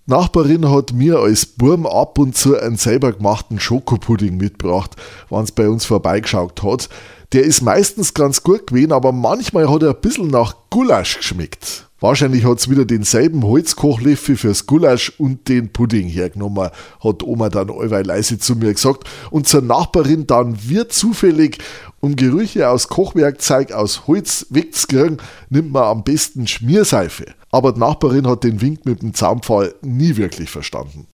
Die Nachbarin hat mir als Burm ab und zu einen selber gemachten Schokopudding mitgebracht, wenn es bei uns vorbeigeschaut hat. Der ist meistens ganz gut gewesen, aber manchmal hat er ein bisschen nach Gulasch geschmeckt. Wahrscheinlich hat es wieder denselben Holzkochlöffel fürs Gulasch und den Pudding hergenommen, hat Oma dann allweil leise zu mir gesagt. Und zur Nachbarin dann wie zufällig, um Gerüche aus Kochwerkzeug aus Holz wegzukriegen, nimmt man am besten Schmierseife. Aber die Nachbarin hat den Wink mit dem Zaunpfahl nie wirklich verstanden.